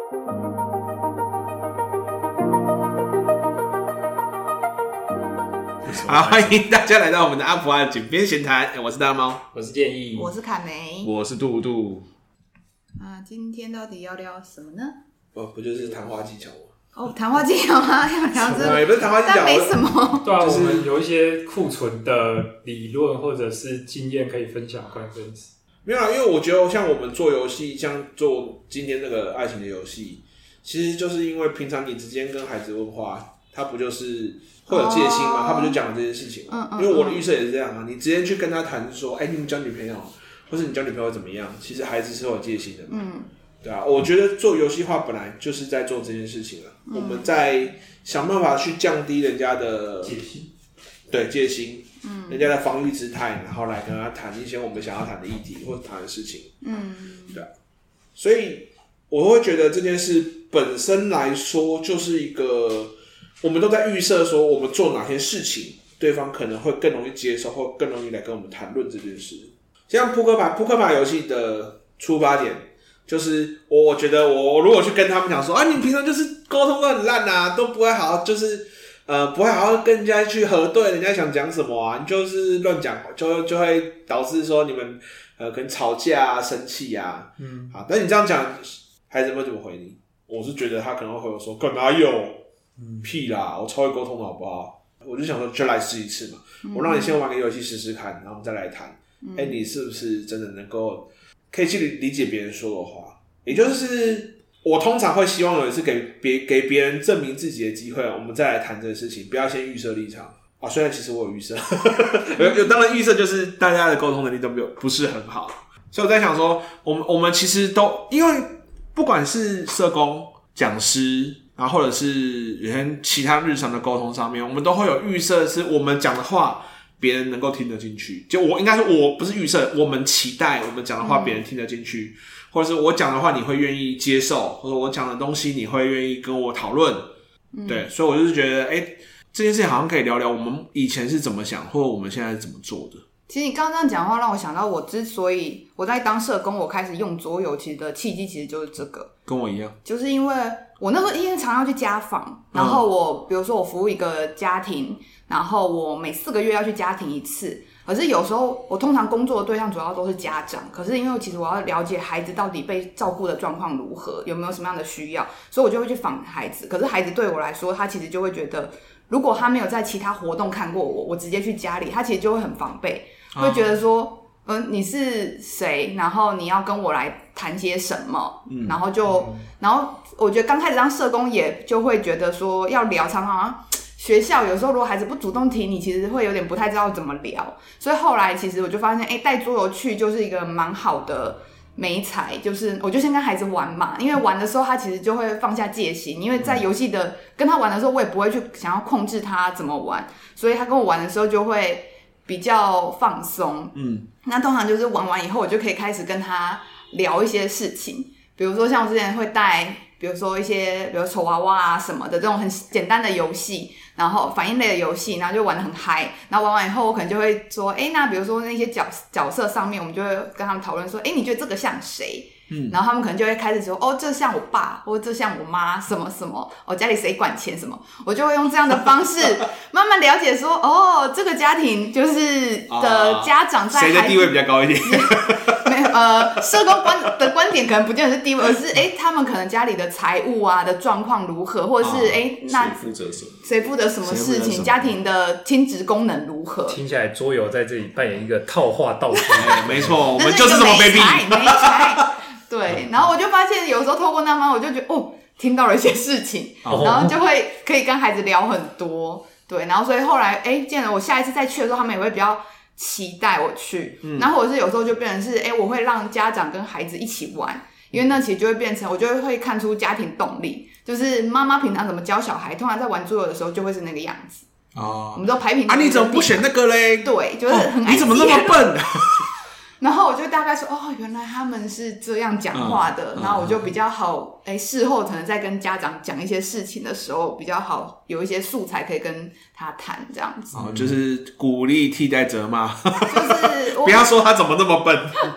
好，欢迎大家来到我们的阿普的井边闲谈。我是大猫， 我是建议， 我是凯梅， 我是杜杜。 今天到底要聊什么呢？ 不就是谈话技巧吗？ 哦，谈话技巧吗？要聊这个？ 也不是谈话技巧， 但没什么。 对啊，我们有一些库存的理论或者是经验可以分享关于这件事。 没有啊，因为我觉得像我们做游戏，像做今天那个爱情的游戏，其实就是因为平常你之间跟孩子问话，他不就是会有戒心吗？他不就讲了这件事情吗？因为我的预设也是这样啊，你直接去跟他谈说，你们交女朋友，或是你交女朋友怎么样，其实孩子是会有戒心的嘛。对啊，我觉得做游戏化本来就是在做这件事情啊。我们在想办法去降低人家的戒心， 对戒心，人家的防御姿态，然后来跟他谈一些我们想要谈的议题或者谈的事情。对啊，所以我会觉得这件事本身来说，就是一个我们都在预设说我们做哪些事情，对方可能会更容易接受，或更容易来跟我们谈论这件事。像扑克牌游戏的出发点。就是我觉得我如果去跟他们讲说你平常就是沟通都很烂啊，都不会好好就是不会好好跟人家去核对人家想讲什么啊，你就是乱讲，就会导致说你们可能吵架啊、生气啊。好，但你这样讲，孩子会怎么回你？我是觉得他可能会回我说干嘛有屁啦，我超会沟通的好不好？我就想说就来试一次嘛，我让你先玩个游戏试试看，然后我们再来谈。你是不是真的能够可以去理解别人说的话？也就是我通常会希望有一次给别人证明自己的机会，我们再来谈这个事情，不要先预设立场啊。虽然其实我有预设，当然预设就是大家的沟通能力都不是很好，所以我在想说，我们其实都因为不管是社工、讲师，然后或者是有些其他日常的沟通上面，我们都会有预设，是我们讲的话别人能够听得进去。就我应该说，我不是预设，我们期待我们讲的话别人听得进去，或者是我讲的话你会愿意接受，或者我讲的东西你会愿意跟我讨论。对，所以我就是觉得，这件事情好像可以聊聊我们以前是怎么想，或者我们现在是怎么做的。 其实你刚刚这样讲的话，让我想到我之所以我在当社工，我开始用桌游，其实的契机其实就是这个。 跟我一样，就是因为我那时候因为常要去家访，然后比如说我服务一个家庭，然后我每4个月要去家庭一次。可是有时候我通常工作的对象主要都是家长，可是因为其实我要了解孩子到底被照顾的状况如何，有没有什么样的需要，所以我就会去访孩子。可是孩子对我来说，他其实就会觉得，如果他没有在其他活动看过我直接去家里，他其实就会很防备，会觉得说你是谁，然后你要跟我来谈些什么，然后我觉得刚开始当社工也就会觉得说要聊，常常学校有时候如果孩子不主动提你，其实会有点不太知道怎么聊。所以后来其实我就发现带桌游去就是一个蛮好的媒材，就是我就先跟孩子玩嘛，因为玩的时候他其实就会放下戒心，因为在游戏的跟他玩的时候我也不会去想要控制他怎么玩，所以他跟我玩的时候就会比较放松。那通常就是玩完以后我就可以开始跟他聊一些事情，比如说像我之前会带比如说一些比如丑娃娃啊什么的这种很简单的游戏，然后反应类的游戏，然后就玩得很嗨。然后玩完以后我可能就会说那比如说那些角色上面我们就会跟他们讨论说你觉得这个像谁？然后他们可能就会开始说这像我爸，或者这像我妈什么什么，家里谁管钱什么，我就会用这样的方式慢慢了解说这个家庭就是的家长在谁的地位比较高一点没有社工的观点可能不见得是地位，而是他们可能家里的财务啊的状况如何，或者是那谁负责什么事情，家庭的亲职功能如何。 听起来桌游在这里扮演一个套话道具没错，我们就是这么卑鄙没才对，然后我就发现有时候透过那方我就觉得听到了一些事情，然后就会可以跟孩子聊很多。对，然后所以后来见了我下一次再去的时候，他们也会比较期待我去，然后或者是有时候就变成是我会让家长跟孩子一起玩，因为那其实就会变成我就会看出家庭动力，就是妈妈平常怎么教小孩，通常在玩桌游的时候就会是那个样子。我们都排品你怎么不选那个嘞？ 对，就是很爱你怎么那么笨然后我就大概说原来他们是这样讲话的，然后我就比较好事后可能在跟家长讲一些事情的时候比较好有一些素材可以跟他谈这样子。 就是鼓励替代责骂， 就是不要说他怎么那么笨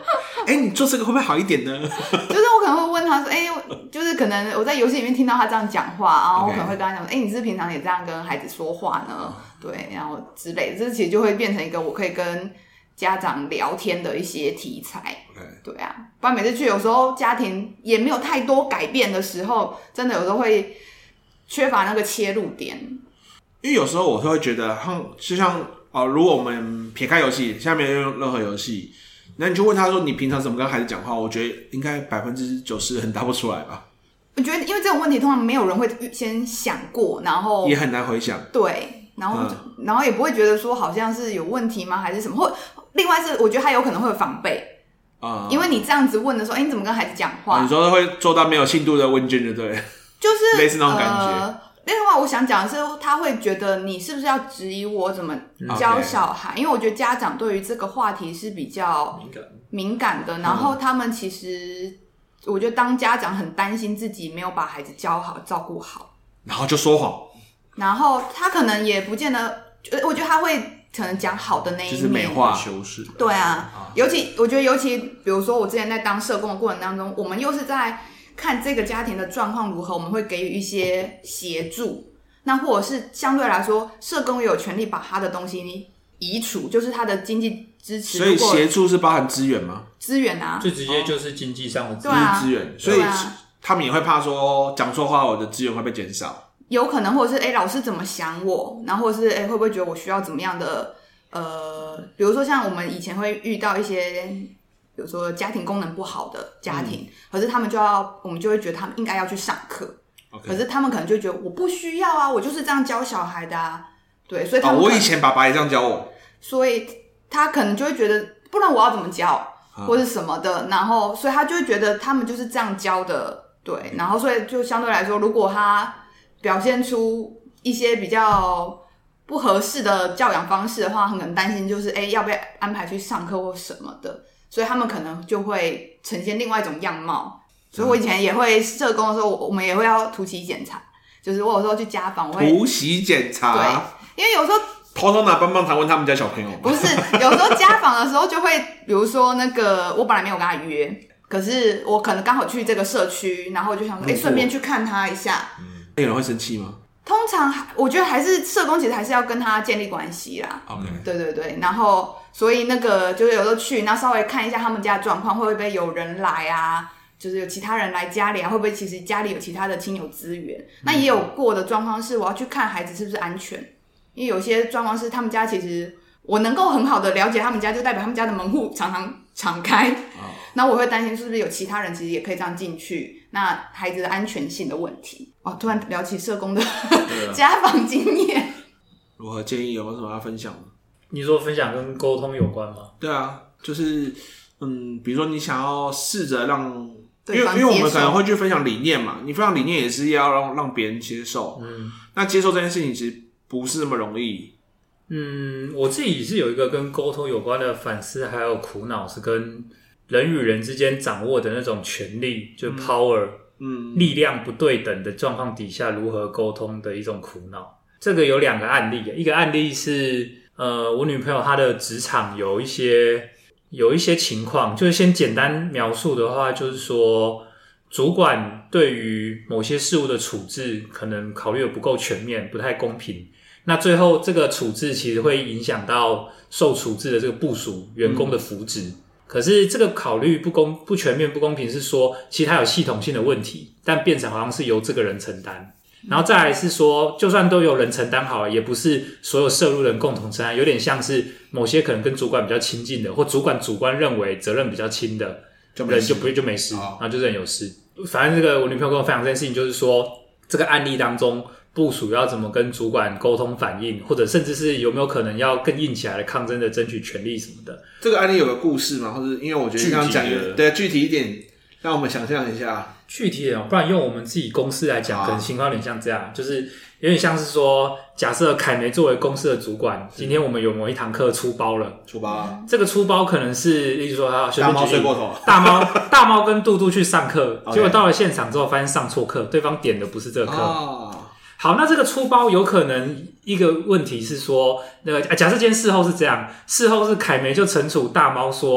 你做这个会不会好一点呢？ 就是我可能会问他说，就是可能我在游戏里面听到他这样讲话，然后我可能会跟他讲说，你是不是平常也这样跟孩子说话呢？对，然后之类的，这其实就会变成一个我可以跟家长聊天的一些题材。对啊，不然每次去有时候家庭也没有太多改变的时候，真的有时候会缺乏那个切入点。 因为有时候我会觉得，就像如果我们撇开游戏，现在没有用任何游戏，那你就问他说你平常怎么跟孩子讲话？我觉得应该90%很答不出来吧。 我觉得因为这种问题通常没有人会先想过，然后也很难回想。 对，然后也不会觉得说好像是有问题吗？还是什么？或另外是我觉得他有可能会有防备。因为你这样子问的时候，你怎么跟孩子讲话？ 你说会做到没有进度的问卷，就对了， 就是类似那种感觉。 另外，我想讲的是，他会觉得你是不是要质疑我怎么教小孩？因为我觉得家长对于这个话题是比较敏感的，然后他们其实，我觉得当家长很担心自己没有把孩子教好、照顾好， 然后就说谎， 然后他可能也不见得，我觉得他会。可能讲好的那一面， 就是美化修饰。 对啊，我觉得尤其比如说我之前在当社工的过程当中，我们又是在看这个家庭的状况如何，我们会给予一些协助。那或者是相对来说，社工也有权利把他的东西移除，就是他的经济支持。 所以协助是包含资源吗？ 资源啊， 最直接就是经济上的资源。所以他们也会怕说讲错话，我的资源会被减少。 有可能，或者是老师怎么想我，然后或者是会不会觉得我需要怎么样的比如说像我们以前会遇到一些，比如说家庭功能不好的家庭，可是他们我们就会觉得他们应该要去上课，可是他们可能就觉得我不需要啊，我就是这样教小孩的啊，对，所以他们我以前爸爸也这样教我， 所以他可能就会觉得不然我要怎么教，或是什么的，然后所以他就会觉得他们就是这样教的，对，然后所以就相对来说，如果他表现出一些比较不合适的教养方式的话，很可能担心就是要不要安排去上课或什么的，所以他们可能就会呈现另外一种样貌。所以我以前也会社工的时候，我们也会要突击检查，就是我有时候去家访，我会突袭检查， 对，因为有时候偷偷拿棒棒糖问他们家小朋友， 不是，有时候家访的时候就会，比如说那个我本来没有跟他约，可是我可能刚好去这个社区，然后我就想说，顺便去看他一下。 有人会生气吗？ 通常我觉得还是社工，其实还是要跟他建立关系啦。对对对，然后所以那个就是有时候去，然后稍微看一下他们家的状况，会不会有人来啊？就是有其他人来家里啊？会不会其实家里有其他的亲友资源？那也有过的状况是，我要去看孩子是不是安全，因为有些状况是他们家其实我能够很好的了解他们家，就代表他们家的门户常常敞开。那我会担心是不是有其他人其实也可以这样进去，那孩子的安全性的问题。突然聊起社工的家访经验， 如何建议有没有什么要分享的？ 你说分享跟沟通有关吗？ 对啊，就是比如说你想要试着让，因为我们可能会去分享理念嘛，你分享理念也是要让别人接受，那接受这件事情其实不是那么容易。 我自己是有一个跟沟通有关的反思，还有苦恼，是跟人与人之间掌握的那种权力，就 power，力量不对等的状况底下，如何沟通的一种苦恼。这个有2个案例，一个案例是我女朋友她的职场有一些情况，就是先简单描述的话，就是说主管对于某些事物的处置可能考虑的不够全面，不太公平。那最后这个处置其实会影响到受处置的这个部属员工的福祉。可是这个考虑不全面不公平是说其实它有系统性的问题，但变成好像是由这个人承担。然后再来是说就算都有人承担好了，也不是所有涉入人共同承担，有点像是某些可能跟主管比较亲近的，或主管主观认为责任比较轻的人就没事，然后就人有事。反正这个我女朋友跟我分享这件事情，就是说这个案例当中部属要怎么跟主管沟通反映，或者甚至是有没有可能要更硬起来的抗争的争取权利什么的。 这个案例有个故事嘛，或者因为我觉得刚刚讲的对具体一点，让我们想象一下。 具体一点，不然用我们自己公司来讲，可能情况有点像这样，就是有点像是说，假设凯梅作为公司的主管，今天我们有某一堂课出包了，这个出包可能是，例如说大猫睡过头， 大猫跟杜杜去上课，结果到了现场之后发现上错课，对方点的不是这个课。好，那这个出包有可能一个问题是说，假设今天事后是这样，事后是凯梅就惩处大猫说，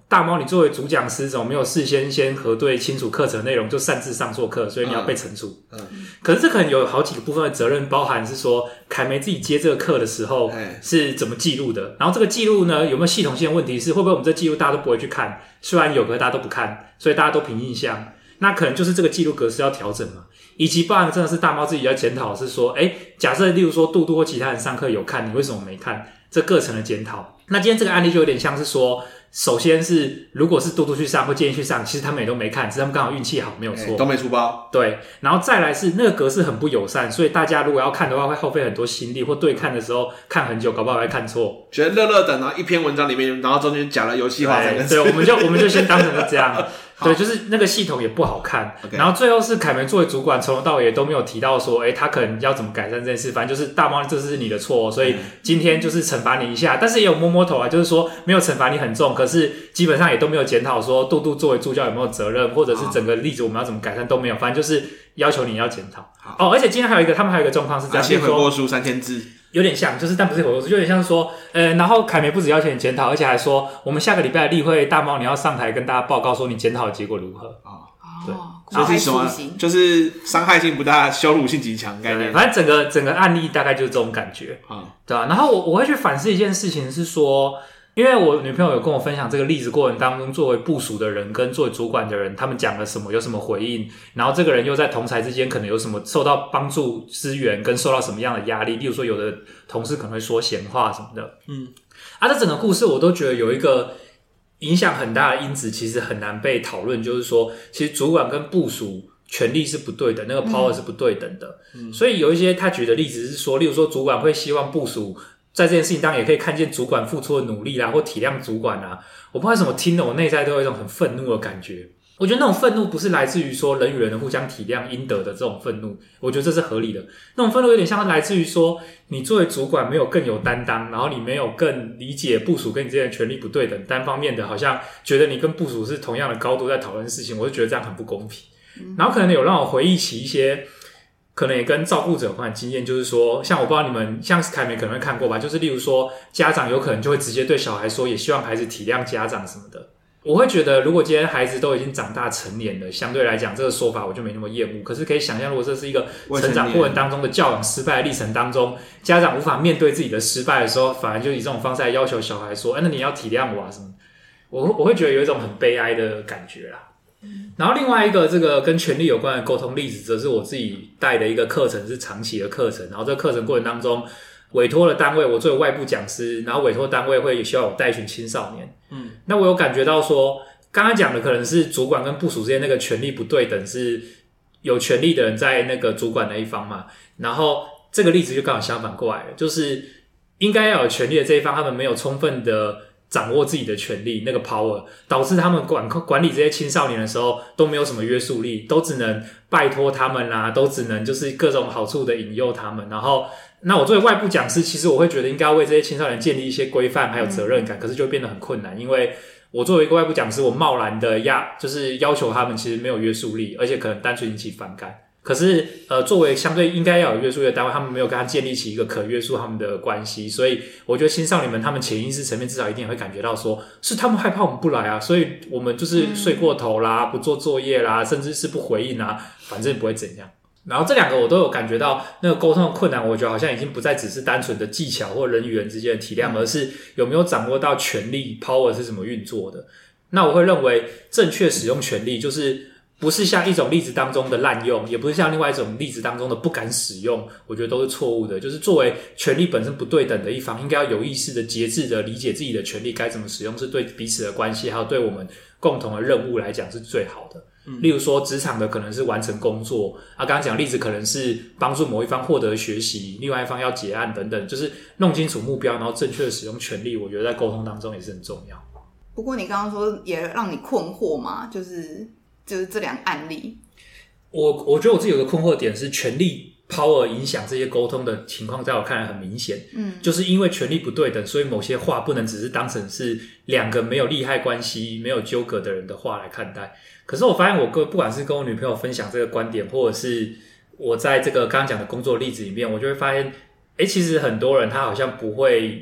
大猫你作为主讲师怎么没有事先核对清楚课程内容就擅自上错课，所以你要被惩处。可是这可能有好几个部分的责任，包含是说凯梅自己接这个课的时候是怎么记录的，然后这个记录呢有没有系统性的问题，是会不会我们这记录大家都不会去看，虽然有，可是大家都不看，所以大家都凭印象，那可能就是这个记录格式要调整嘛。以及包含真的是大猫自己在检讨，是说假设例如说杜杜或其他人上课有看，你为什么没看，这课程的检讨。那今天这个案例就有点像是说，首先是如果是杜杜去上或建议去上，其实他们也都没看，只是他们刚好运气好，没有错， 都没出包。 对，然后再来是那个格式很不友善，所以大家如果要看的话，会耗费很多心力，或对看的时候看很久，搞不好会看错。 觉得乐乐等，然后一篇文章里面，然后中间讲了游戏化才能。 对，我们就先当成是这样。对，就是那个系统也不好看。然后最后是凯梅作为主管，从头到尾也都没有提到说，他可能要怎么改善这件事。反正就是大猫，这是你的错，所以今天就是惩罚你一下。但是也有摸摸头啊，就是说没有惩罚你很重，可是基本上也都没有检讨说杜杜作为助教有没有责任，或者是整个例子我们要怎么改善都没有。反正就是要求你要检讨。而且今天他们还有一个状况是这样， 写悔过书3000字。 有点像，就是但不是回复，就有点像是说，然后凯梅不只要求你检讨，而且还说，我们下个礼拜的例会，大猫你要上台跟大家报告说你检讨的结果如何对， 所以是什么？就是伤害性不大，羞辱性极强概念。 反正整个案例大概就是这种感觉对吧？然后我会去反思一件事情是说，因为我女朋友有跟我分享这个例子过程当中，作为部属的人跟作为主管的人，他们讲了什么，有什么回应，然后这个人又在同侪之间可能有什么受到帮助资源跟受到什么样的压力，例如说有的同事可能会说闲话什么的。这整个故事我都觉得有一个影响很大的因子，其实很难被讨论，就是说其实主管跟部属权力是不对等，那个 power 是不对等的。所以有一些他举的例子是说，例如说主管会希望部属在这件事情当然也可以看见主管付出的努力啦，或体谅主管啦。我不知道为什么听了我内在都有一种很愤怒的感觉。我觉得那种愤怒不是来自于说人与人的互相体谅应得的这种愤怒，我觉得这是合理的。那种愤怒有点像来自于说你作为主管没有更有担当，然后你没有更理解部属跟你之间的权力不对等，单方面的好像觉得你跟部属是同样的高度在讨论事情，我就觉得这样很不公平。然后可能有让我回忆起一些可能也跟照顾者有关的经验，就是说像我不知道你们像凯梅可能会看过吧，就是例如说家长有可能就会直接对小孩说也希望孩子体谅家长什么的。我会觉得如果今天孩子都已经长大成年了，相对来讲这个说法我就没那么厌恶。可是可以想象，如果这是一个成长过程当中的教养失败的历程当中，家长无法面对自己的失败的时候，反而就以这种方式来要求小孩说那你要体谅我啊什么，我会觉得有一种很悲哀的感觉啦。然后另外一个这个跟权力有关的沟通例子，则是我自己带的一个课程，是长期的课程。然后这个课程过程当中，委托的单位我作为外部讲师，然后委托单位会需要我带一群青少年。那我有感觉到说，刚刚讲的可能是主管跟部属之间那个权力不对等，是有权力的人在那个主管那一方嘛。然后这个例子就刚好相反过来了，就是应该要有权力的这一方，他们没有充分的掌握自己的权利，那个 power 导致他们管理这些青少年的时候都没有什么约束力，都只能拜托他们啦，都只能就是各种好处的引诱他们。然后那我作为外部讲师，其实我会觉得应该要为这些青少年建立一些规范还有责任感，可是就变得很困难，因为我作为一个外部讲师，我贸然的就是要求他们其实没有约束力，而且可能单纯引起反感。可是作为相对应该要有约束力的单位，他们没有跟他建立起一个可约束他们的关系，所以我觉得青少年们他们潜意识层面至少一定也会感觉到说是他们害怕我们不来啊，所以我们就是睡过头啦，不做作业啦，甚至是不回应啊，反正不会怎样。然后这两个我都有感觉到那个沟通的困难，我觉得好像已经不再只是单纯的技巧或人与人之间的体谅，而是有没有掌握到权力 power 是怎么运作的。那我会认为正确使用权力就是不是像一种例子当中的滥用，也不是像另外一种例子当中的不敢使用，我觉得都是错误的。就是作为权力本身不对等的一方，应该要有意识的节制的理解自己的权力该怎么使用，是对彼此的关系还有对我们共同的任务来讲是最好的。例如说职场的可能是完成工作刚刚讲的例子可能是帮助某一方获得学习，另外一方要结案等等，就是弄清楚目标然后正确的使用权力，我觉得在沟通当中也是很重要。 不过你刚刚说也让你困惑嘛，就是这两个案例， 我觉得我自己有个困惑点是权力 power 影响这些沟通的情况，在我看来很明显。就是因为权力不对等，所以某些话不能只是当成是两个没有利害关系没有纠葛的人的话来看待。可是我发现我不管是跟我女朋友分享这个观点，或者是我在这个刚刚讲的工作例子里面，我就会发现其实很多人他好像不会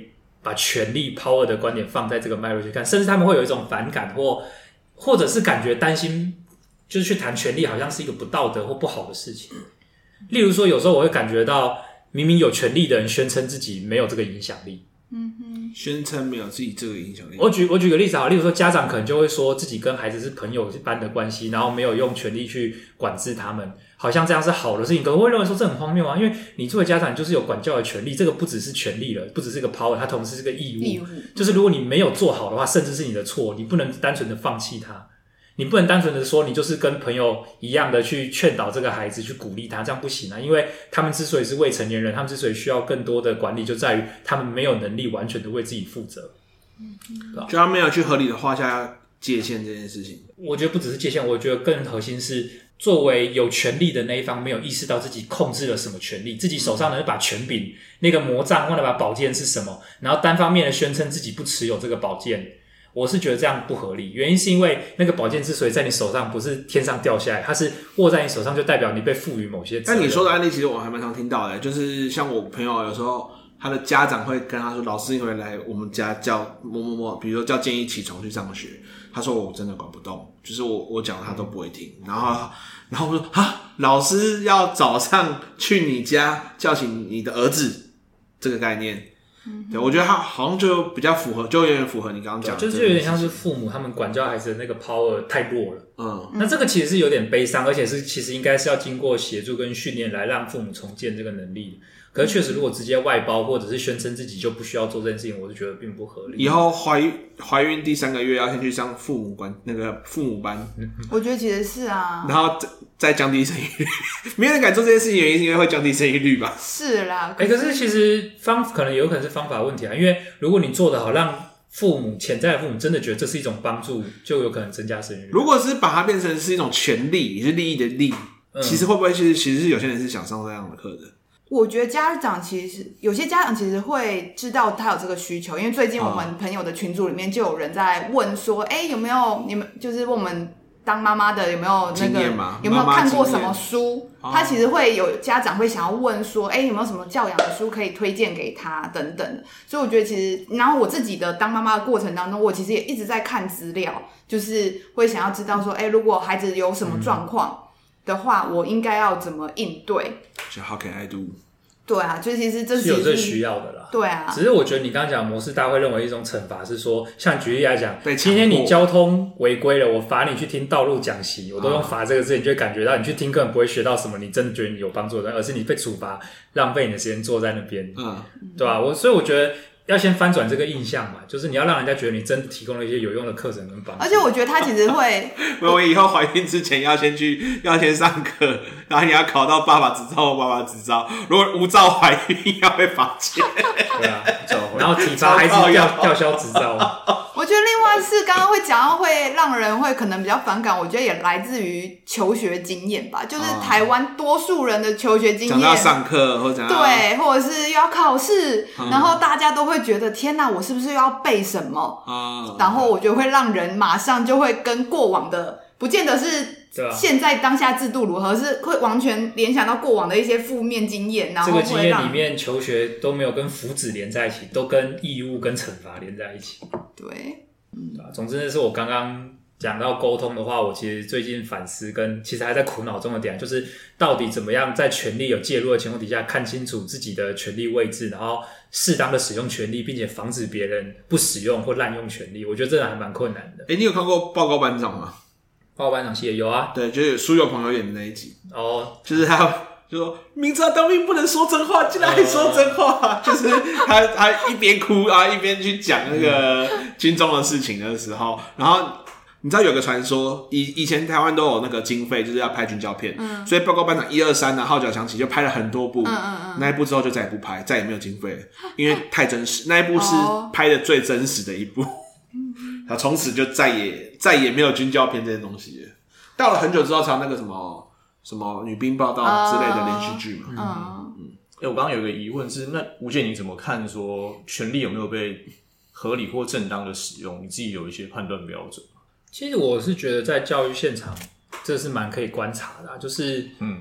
把权力 power 的观点放在这个脉络去看，甚至他们会有一种反感或者是感觉担心，就是去谈权力好像是一个不道德或不好的事情。例如说，有时候我会感觉到，明明有权力的人宣称自己没有这个影响力。 宣称没有自己这个影响力。 我举个例子好，例如说家长可能就会说自己跟孩子是朋友般的关系，然后没有用权力去管制他们，好像这样是好的事情。可是我会认为说这很荒谬啊，因为你作为家长就是有管教的权利，这个不只是权利了，不只是个 power， 它同时是个义务。就是如果你没有做好的话，甚至是你的错，你不能单纯的放弃它。你不能单纯的说你就是跟朋友一样的去劝导这个孩子，去鼓励他，这样不行啊！因为他们之所以是未成年人，他们之所以需要更多的管理，就在于他们没有能力完全的为自己负责。 就他没有去合理的画下界限这件事情。 我觉得不只是界限，我觉得更核心是，作为有权力的那一方，没有意识到自己控制了什么权力，自己手上的那把权柄、那个魔杖或那把宝剑是什么，然后单方面的宣称自己不持有这个宝剑。我是觉得这样不合理，原因是因为那个宝剑之所以在你手上不是天上掉下来，它是握在你手上，就代表你被赋予某些责任。 但你说的案例其实我还蛮常听到的，就是像我朋友有时候他的家长会跟他说，老师你会来我们家叫某某某，比如说叫建议起床去上学，他说我真的管不动，就是我讲他都不会听，然后我说老师要早上去你家叫醒你的儿子这个概念。对，我觉得他好像就比较符合，就有点符合你刚刚讲的， 就是有点像是父母他们管教孩子的那个 power 太弱了。那这个其实是有点悲伤，而且是其实应该是要经过协助跟训练来让父母重建这个能力。可是确实，如果直接外包或者是宣称自己就不需要做这件事情，我是觉得并不合理。 以后怀孕第3个月要先去上父母班， 我觉得其实是啊， 然后再降低生育率。没有人敢做这件事情，原因是因为会降低生育率吧？ 是啦。 可是其实可能有可能是方法问题啊，因为如果你做得好，让潜在的父母真的觉得这是一种帮助，就有可能增加生育率。 如果是把它变成是一种权利，也是利益的利，其实会不会其实是有些人是想上这样的课的？ 我觉得家长其实有些家长其实会知道他有这个需求，因为最近我们朋友的群组里面就有人在问说，有没有你们就是问我们当妈妈的有没有那个有没有看过什么书？他其实会有家长会想要问说，有没有什么教养的书可以推荐给他等等。所以我觉得其实，然后我自己的当妈妈的过程当中，我其实也一直在看资料，就是会想要知道说，如果孩子有什么状况的话，我应该要怎么应对？ 就 How can I do？ 对啊，就其实这是有这需要的啦。 对啊， 只是我觉得你刚刚讲的模式，大家会认为一种惩罚是说，像举例来讲，今天你交通违规了，我罚你去听道路讲习，我都用罚这个字，你就会感觉到你去听根本不会学到什么，你真的觉得你有帮助的，而是你被处罚，浪费你的时间坐在那边，对吧？所以我觉得要先翻转这个印象嘛，就是你要让人家觉得你真的提供了一些有用的课程跟帮助。 而且我觉得他其实会， 我以后怀孕之前要先上课，然后你要考到爸爸执照或爸爸执照，如果无照怀孕要被罚钱。 对啊，然后体罚孩子吊销执照。 我觉得另外是刚刚会讲到会让人会可能比较反感，我觉得也来自于求学经验吧，就是台湾多数人的求学经验， 讲到上课或者对，或者是又要考试，然后大家都会觉得天哪，我是不是又要背什么？然后我觉得会让人马上就会跟过往的，不见得是现在当下制度如何，是会完全联想到过往的一些负面经验，然后这个经验里面求学都没有跟福祉连在一起，都跟义务跟惩罚连在一起。 对， 总之那是我刚刚讲到沟通的话，我其实最近反思跟其实还在苦恼中的点，就是到底怎么样在权力有介入的情况底下，看清楚自己的权力位置，然后适当的使用权力，并且防止别人不使用或滥用权力。我觉得这个还蛮困难的。 你有看过报告班长吗？ 报告班长系列有啊， 对，就是苏有朋友演的那一集就是他就说明知道当兵不能说真话，竟然还说真话，就是他一边哭啊一边去讲那个军中的事情的时候，然后你知道有个传说，以前台湾都有那个经费，就是要拍军教片，所以报告班长1、2、3啊，号角响起就拍了很多部，那一部之后就再也不拍，再也没有经费了，因为太真实，那一部是拍的最真实的一部，他从此就再也没有军教片这些东西了。到了很久之后才有那个什么女兵报道之类的连续剧嘛。 我刚刚有一个疑问是，那吴健你怎么看说权力有没有被合理或正当的使用？你自己有一些判断标准吗？ 其实我是觉得在教育现场这是蛮可以观察的就是因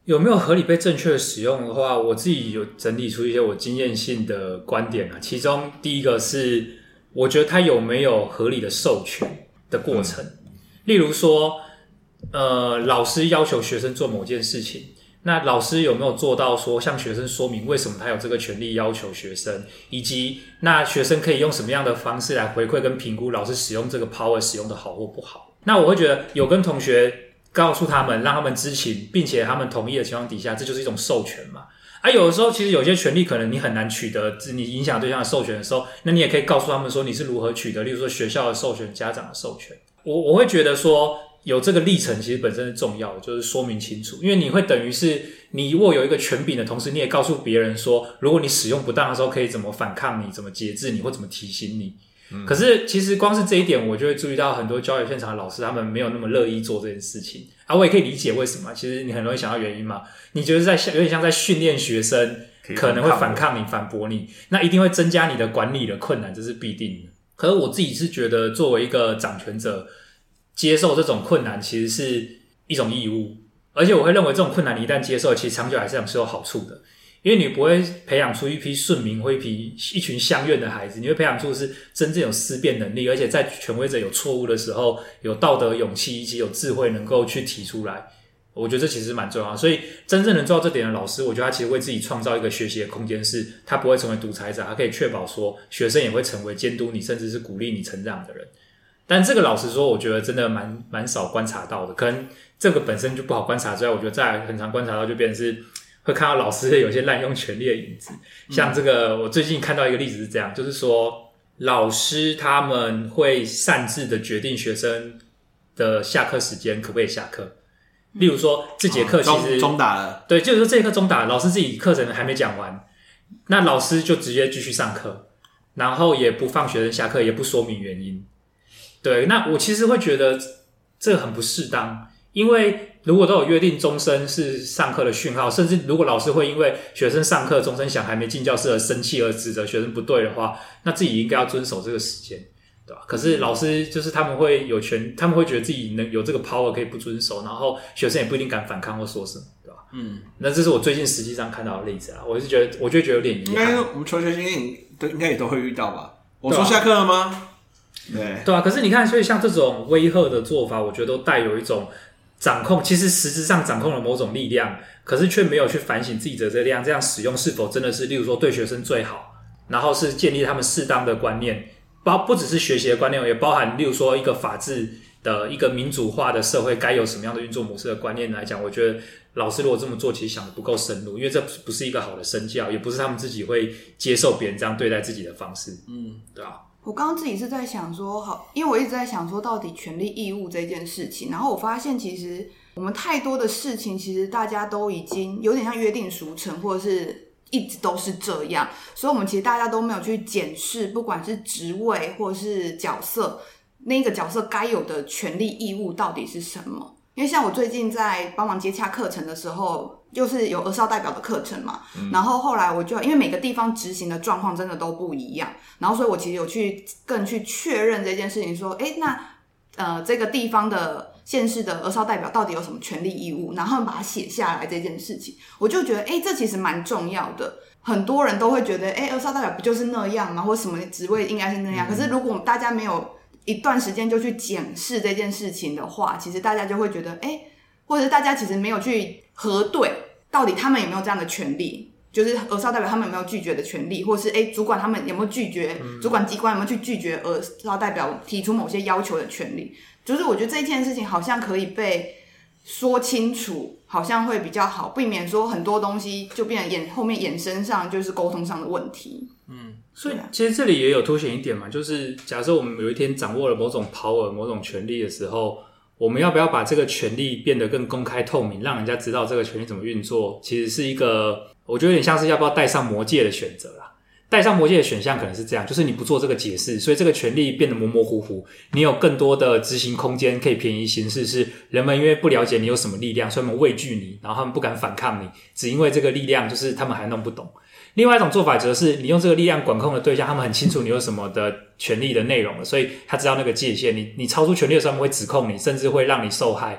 有没有合理被正确的使用的话，我自己有整理出一些我经验性的观点啊。其中第一个是，我觉得它有没有合理的授权的过程。例如说，老师要求学生做某件事情，那老师有没有做到说向学生说明为什么他有这个权利要求学生，以及那学生可以用什么样的方式来回馈跟评估老师使用这个 power 使用的好或不好。那我会觉得有跟同学告诉他们，让他们知情，并且他们同意的情况底下，这就是一种授权嘛。有的时候其实有些权利可能你很难取得，你影响对象的授权的时候，那你也可以告诉他们说你是如何取得，例如说学校的授权、家长的授权。我会觉得说有这个历程其实本身是重要的，就是说明清楚，因为你会等于是你握有一个权柄的同时，你也告诉别人说，如果你使用不当的时候可以怎么反抗你，怎么节制你，或怎么提醒你。可是其实光是这一点，我就会注意到很多教育现场的老师他们没有那么乐意做这件事情我也可以理解为什么，其实你很容易想到原因嘛，你觉得有点像在训练学生可能会反抗你、反驳你，那一定会增加你的管理的困难，这是必定的。可是我自己是觉得作为一个掌权者，接受这种困难其实是一种义务，而且我会认为这种困难你一旦接受，其实长久来讲是有好处的，因为你不会培养出一批顺民或一群相怨的孩子，你会培养出是真正有思辨能力，而且在权威者有错误的时候有道德勇气以及有智慧能够去提出来。我觉得这其实蛮重要的，所以真正能做到这点的老师，我觉得他其实为自己创造一个学习的空间，是他不会成为独裁者，他可以确保说学生也会成为监督你甚至是鼓励你成长的人。但这个老实说我觉得真的蛮少观察到的，可能这个本身就不好观察之外，我觉得再来很常观察到就变成是会看到老师有些滥用权力的影子。像这个我最近看到一个例子是这样，就是说老师他们会擅自的决定学生的下课时间可不可以下课，例如说这节课其实中打了， 对，就是说这节课中打了，老师自己课程还没讲完，那老师就直接继续上课，然后也不放学生下课，也不说明原因。对，那我其实会觉得这个很不适当，因为如果都有约定钟声是上课的讯号，甚至如果老师会因为学生上课钟声响还没进教室而生气而指责学生不对的话，那自己应该要遵守这个时间，对吧？可是老师就是他们会有权，他们会觉得自己能有这个 power 可以不遵守，然后学生也不一定敢反抗或说什么，对吧？那这是我最近实际上看到的例子啊，我就觉得有点遗憾。 应该我们求学经验应该也都会遇到吧？我说下课了吗？对啊，可是你看，所以像这种威吓的做法，我觉得都带有一种掌控，其实实质上掌控了某种力量，可是却没有去反省自己的这力量，这样使用是否真的是，例如说对学生最好，然后是建立他们适当的观念，不只是学习的观念，也包含例如说一个法治的一个民主化的社会该有什么样的运作模式的观念来讲，我觉得老师如果这么做，其实想的不够深入，因为这不是一个好的身教，也不是他们自己会接受别人这样对待自己的方式。对啊。 我刚刚自己是在想说，好，因为我一直在想说，到底权利义务这件事情，然后我发现其实我们太多的事情，其实大家都已经有点像约定俗成，或者是一直都是这样，所以我们其实大家都没有去检视，不管是职位或是角色，那个角色该有的权利义务到底是什么。因为像我最近在帮忙接洽课程的时候，就是有儿少代表的课程嘛，然后后来我就因为每个地方执行的状况真的都不一样，然后所以我其实有更去确认这件事情，说那这个地方的县市的儿少代表到底有什么权利义务，然后把它写下来这件事情，我就觉得这其实蛮重要的。很多人都会觉得儿少代表不就是那样吗，或什么职位应该是那样，可是如果大家没有一段时间就去检视这件事情的话，其实大家就会觉得或者是大家其实没有去核对到底他们有没有这样的权利，就是儿少代表他们有没有拒绝的权利，或是主管他们有没有拒绝，主管机关有没有去拒绝儿少代表提出某些要求的权利，就是我觉得这件事情好像可以被说清楚，好像会比较好，避免说很多东西就变成后面衍生上就是沟通上的问题。 所以其实这里也有凸显一点嘛，就是假设我们有一天掌握了某种 power 某种权力的时候，我们要不要把这个权力变得更公开透明，让人家知道这个权力怎么运作，其实是一个我觉得有点像是要不要戴上魔戒的选择啦。戴上魔戒的选项可能是这样，就是你不做这个解释，所以这个权力变得模模糊糊，你有更多的执行空间可以便宜行事，是人们因为不了解你有什么力量，所以他们畏惧你，然后他们不敢反抗你，只因为这个力量就是他们还弄不懂。另外一种做法则是你用这个力量管控的对象，他们很清楚你有什么的权利的内容了，所以他知道那个界限，你超出权利的时候他们会指控你，甚至会让你受害。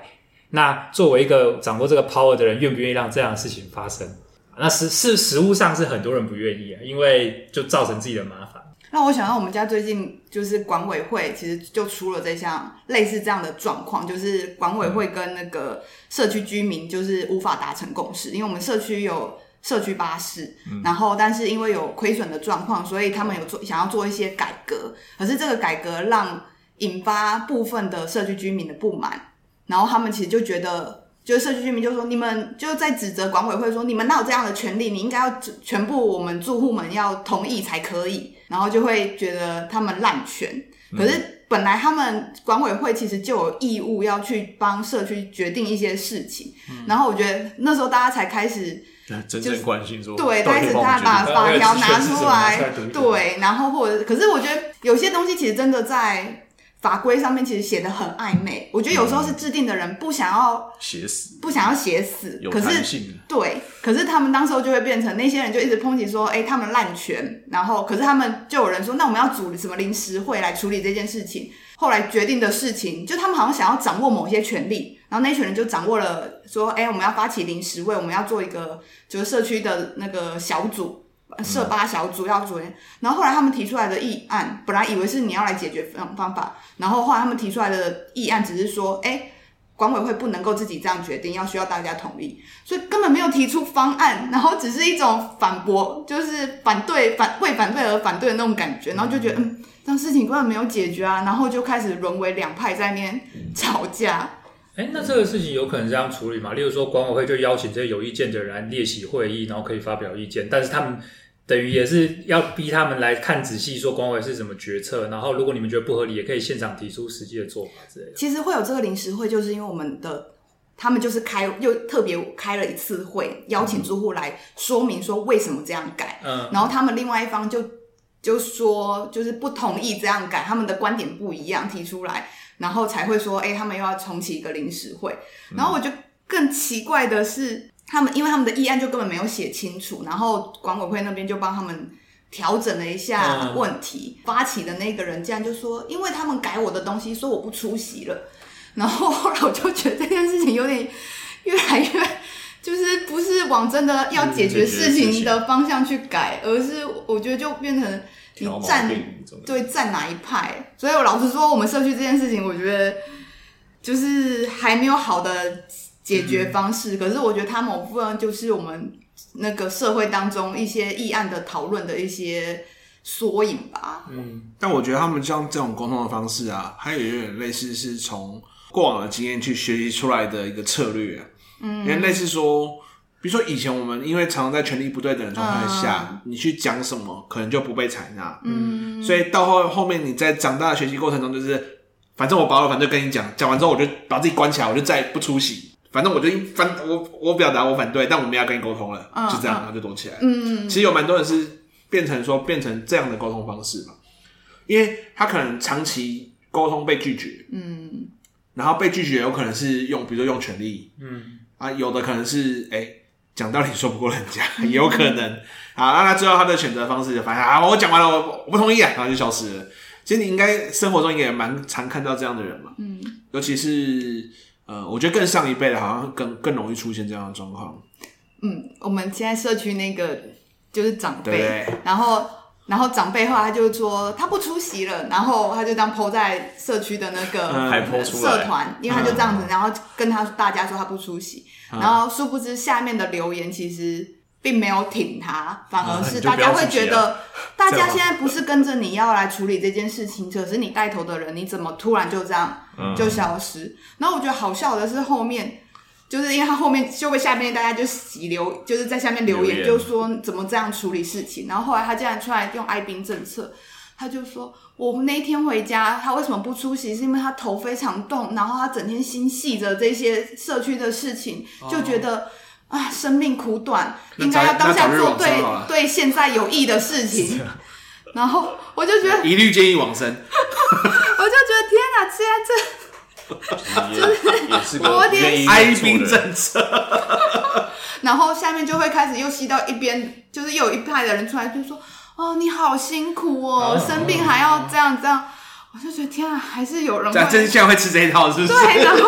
那作为一个掌握这个 power 的人，愿不愿意让这样的事情发生？那实务上是很多人不愿意啊，因为就造成自己的麻烦。 让我想到我们家最近就是管委会其实就出了这项类似这样的状况，就是管委会跟那个社区居民就是无法达成共识，因为我们社区有社区巴士，然后但是因为有亏损的状况，所以他们有想要做一些改革，可是这个改革让引发部分的社区居民的不满，然后他们其实就觉得。就是社区居民就说，你们就在指责管委会说，你们哪有这样的权利？你应该要全部我们住户们要同意才可以，然后就会觉得他们滥权。可是本来他们管委会其实就有义务要去帮社区决定一些事情，然后我觉得那时候大家才开始真正关心说， 对，开始大家把法条拿出来，对，然后或者，可是我觉得有些东西其实真的在。法规上面其实写得很暧昧，我觉得有时候是制定的人不想要写死， 有弹性， 对，可是他们当时候就会变成那些人就一直抨击说，他们滥权，然后可是他们就有人说，那我们要组什么临时会来处理这件事情。后来决定的事情，就他们好像想要掌握某些权利，然后那群人就掌握了说，我们要发起临时会，我们要做一个就是社区的那个小组。社巴小组要做，然后后来他们提出来的议案，本来以为是你要来解决方法，然后后来他们提出来的议案只是说，管委会不能够自己这样决定，需要大家同意，所以根本没有提出方案，然后只是一种反驳，就是为反对而反对的那种感觉，然后就觉得这样事情根本没有解决啊，然后就开始沦为两派在那边吵架。 那这个事情有可能这样处理吗？例如说管委会就邀请这些有意见的人来列席会议，然后可以发表意见，但是他们等于也是要逼他们来看仔细说管委是怎么决策，然后如果你们觉得不合理，也可以现场提出实际的做法之类的。 其实会有这个临时会，就是因为他们就是又特别开了一次会，邀请住户来说明说为什么这样改，然后他们另外一方就说就是不同意这样改，他们的观点不一样提出来，然后才会说他们又要重启一个临时会。然后我觉得更奇怪的是因为他们的议案就根本没有写清楚，然后管委会那边就帮他们调整了一下问题，发起的那个人竟然就说因为他们改我的东西说我不出席了，然后后来我就觉得这件事情有点越来越就是不是往真的要解决事情的方向去改，而是我觉得就变成你站哪一派。所以我老实说我们社区这件事情我觉得就是还没有好的解决方式，可是我觉得它某部分就是我们那个社会当中一些议案的讨论的一些缩影吧。 但我觉得他们像这种沟通的方式啊，还有点类似是从过往的经验去学习出来的一个策略因为类似说比如说以前我们因为常常在权力不对等的状态下，你去讲什么可能就不被采纳，所以到后面你在长大的学习过程中，就是反正我把我的反对跟你讲完之后，我就把自己关起来，我就再不出席，反正我就我表达我反对，但我们要跟你沟通了，就这样，然后就躲起来。其实有蛮多人是变成这样的沟通方式嘛，因为他可能长期沟通被拒绝，然后被拒绝有可能是比如说用权力，有的可能是讲道理说不过人家，也有可能。好，那他最后他的选择方式就发现我讲完了，我不同意啊，然后就消失了。其实你应该生活中也蛮常看到这样的人嘛，尤其是我觉得更上一辈的，好像更容易出现这样的状况。 我们现在社区那个就是长辈，然后长辈后来他就说他不出席了，然后他就这样 po 在社区的那个社团，因为他就这样子，然后跟大家说他不出席，然后殊不知下面的留言其实并没有挺他，反而是大家会觉得大家现在不是跟着你要来处理这件事情，可是你带头的人你怎么突然就这样就消失。然后我觉得好笑的是后面就是因为他后面就会下面大家就就是在下面留言就说怎么这样处理事情，然后后来他竟然出来用哀兵政策，他就说我们那一天回家他为什么不出席，是因为他头非常痛，然后他整天心系着这些社区的事情，就觉得生命苦短，应该要当下做对现在有益的事情。然后我就觉得一律建议往生我就觉得天哪，现在也是个哀兵政策然后下面就会开始又吸到一边，就是又有一派的人出来就说你好辛苦生病还要这样，我就觉得天啊，还是有人会真相会吃这一套是不是？ 对，然后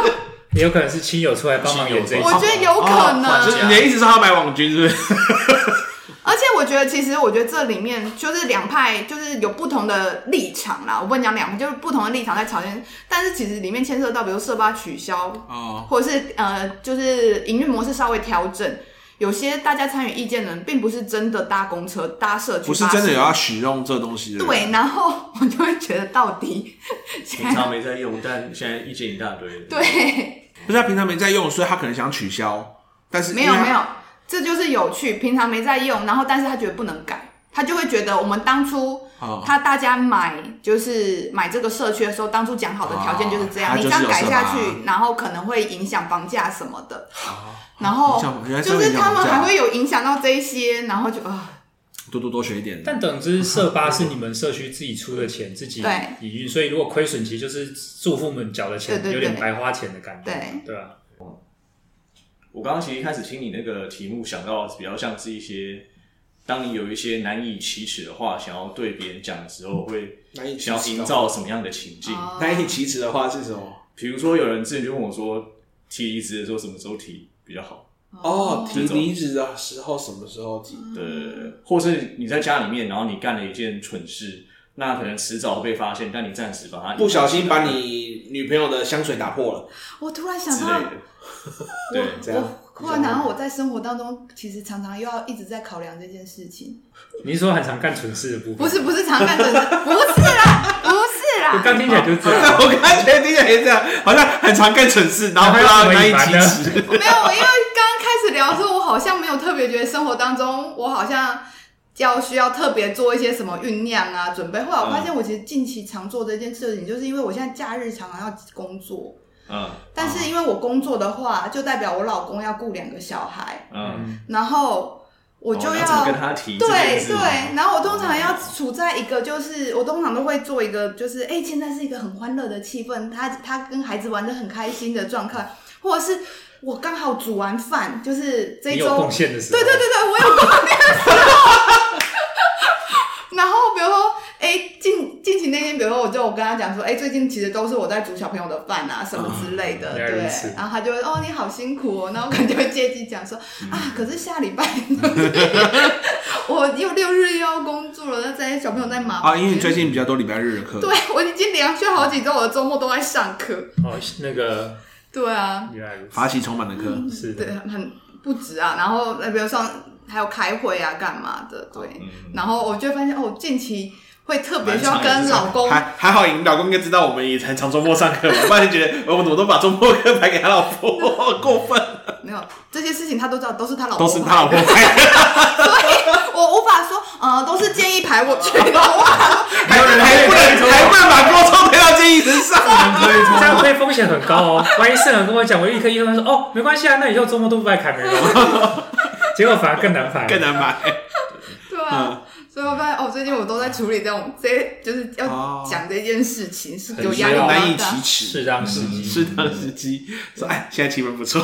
也有可能是亲友出来帮忙演这一集。 我觉得有可能。 就是你的意思是他买网军是不是？ 而且我觉得，其实我觉得这里面就是两派，就是有不同的立场啦。我不能讲两派，就是不同的立场在吵架。但是其实里面牵涉到，比如社巴取消，或者是就是营运模式稍微调整。有些大家参与意见的人，并不是真的搭公车、搭社区， 不是真的有要使用这东西的人。 对，然后我就会觉得，到底平常没在用，但现在意见一大堆。 对， 不是他平常没在用，所以他可能想取消，但是没有，这就是有趣。平常没在用，然后但是他觉得不能改，他就会觉得我们当初大家就是买这个社区的时候，当初讲好的条件就是这样，你这样改下去，然后可能会影响房价什么的。然后就是他们还会有影响到这一些，然后就多学一点。 但等之社巴是你们社区自己出的钱，自己营运，所以如果亏损，其实就是住户们缴的钱，有点白花钱的感觉，对吧？ 我刚刚其实一开始听你那个题目，想到比较像是一些，当你有一些难以启齿的话，想要对别人讲的时候，会想要营造什么样的情境？ 难以启齿的话是什么？ 比如说有人之前就问我说，提离职的时候什么时候提比较好？ 提离职的时候什么时候提？ 对，或是你在家里面，然后你干了一件蠢事，那可能迟早会被发现，但你暂时把它不小心把你女朋友的香水打破了。 我突然想到， 对， 这样。 然后我在生活当中，其实常常又要一直在考量这件事情。 你是说很常干蠢事的部分？ 不是常干蠢事，不是啦。 我刚听起来就是这样， 我刚觉得听起来也这样，好像很常干蠢事，然后不知道难以启齿。 没有，因为刚刚开始聊的时候，我好像没有特别觉得生活当中，我好像需要特别做一些什么酝酿啊、准备。后来我发现，我其实近期常做这件事情，就是因为我现在假日常常要工作。但是因为我工作的话，就代表我老公要顾2个小孩，然后我就要跟他提对，然后我通常要处在一个就是我通常都会做一个就是现在是一个很欢乐的气氛，他跟孩子玩得很开心的状态，或者是我刚好煮完饭，就是这一周你有贡献的时候， 对，我有贡献的时候。然后比如说近期那天，比如说我跟他讲说，最近其实都是我在煮小朋友的饭啊什么之类的，对，然后他就会你好辛苦哦，然后我可能就会借机讲说可是下礼拜我又6日又要工作了，那这些小朋友在忙因为最近比较多礼拜日的课， 对，我已经连续好几周我的周末都在上课那个对啊， 发起充满的课是的， 对，很不止啊，然后比如说还有开会啊干嘛的，对，然后我就发现近期会特别需要跟老公， 还好你老公应该知道我们也很常周末上课嘛，不然就觉得我怎么都把周末课排给他老婆，过分。 没有这些事情他都知道，都是他老婆排的， 所以我无法说都是建议排我去的， 还不能把锅抽推到建议身上， 这样会风险很高哦。万一盛人跟我讲，我立刻说没关系啊，那以后周末都不排凯梅了，结果反而更难排， 对啊。所以我发现最近我都在处理这些，就是要讲这件事情，是有压力难以启齿， 适当时机，说现在气氛不错，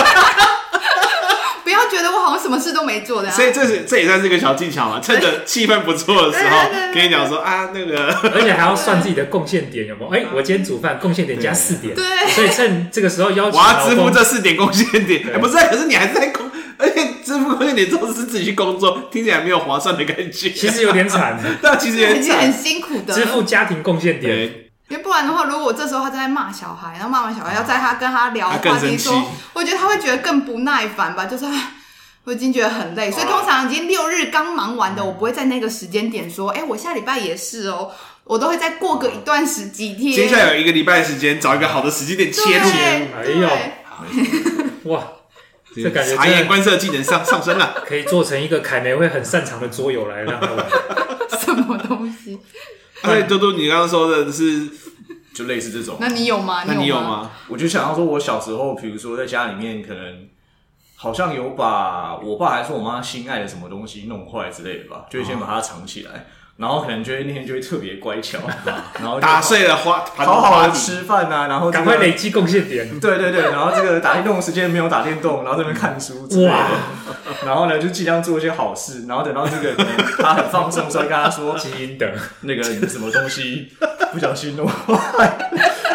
不要觉得我好像什么事都没做的， 所以这也算是个小技巧嘛，趁着气氛不错的时候，跟你讲说那个， 而且还要算自己的贡献点有没有？我今天煮饭贡献点加4点， 对， 所以趁这个时候邀请我要支付这4点贡献点，不是，可是你还是在而且支付贡献点之后是自己去工作，听起来没有划算的感觉， 其实有点惨的， 对，其实有点惨， 很辛苦的， 支付家庭贡献点。 因为不然的话，如果我这时候他在骂小孩，然后骂完小孩要在跟他聊话题说，我觉得他会觉得更不耐烦吧，就是我已经觉得很累，所以通常已经6日刚忙完的，我不会在那个时间点说，我下礼拜也是哦，我都会再过个一段几天， 接下来有1个礼拜的时间，找一个好的时间点切入， 哇。这感觉察言观色技能上升了， 可以做成一个凯梅会很擅长的桌游来让他玩。 什么东西？ 对，嘟嘟，你刚刚说的是就类似这种。 那你有吗？ 我就想到说，我小时候，比如说在家里面，可能好像有把我爸还是我妈心爱的什么东西弄坏之类的吧，就先把它藏起来。然后可能那天就会特别乖巧，然后打碎了好好的吃饭啊，然后赶快累积贡献点。 对，然后这个打电动的时间没有打电动，然后在那边看书之类的。然后呢，就尽量做一些好事，然后等到这个他很放松的时候，跟他说基因的那个什么东西不小心弄坏，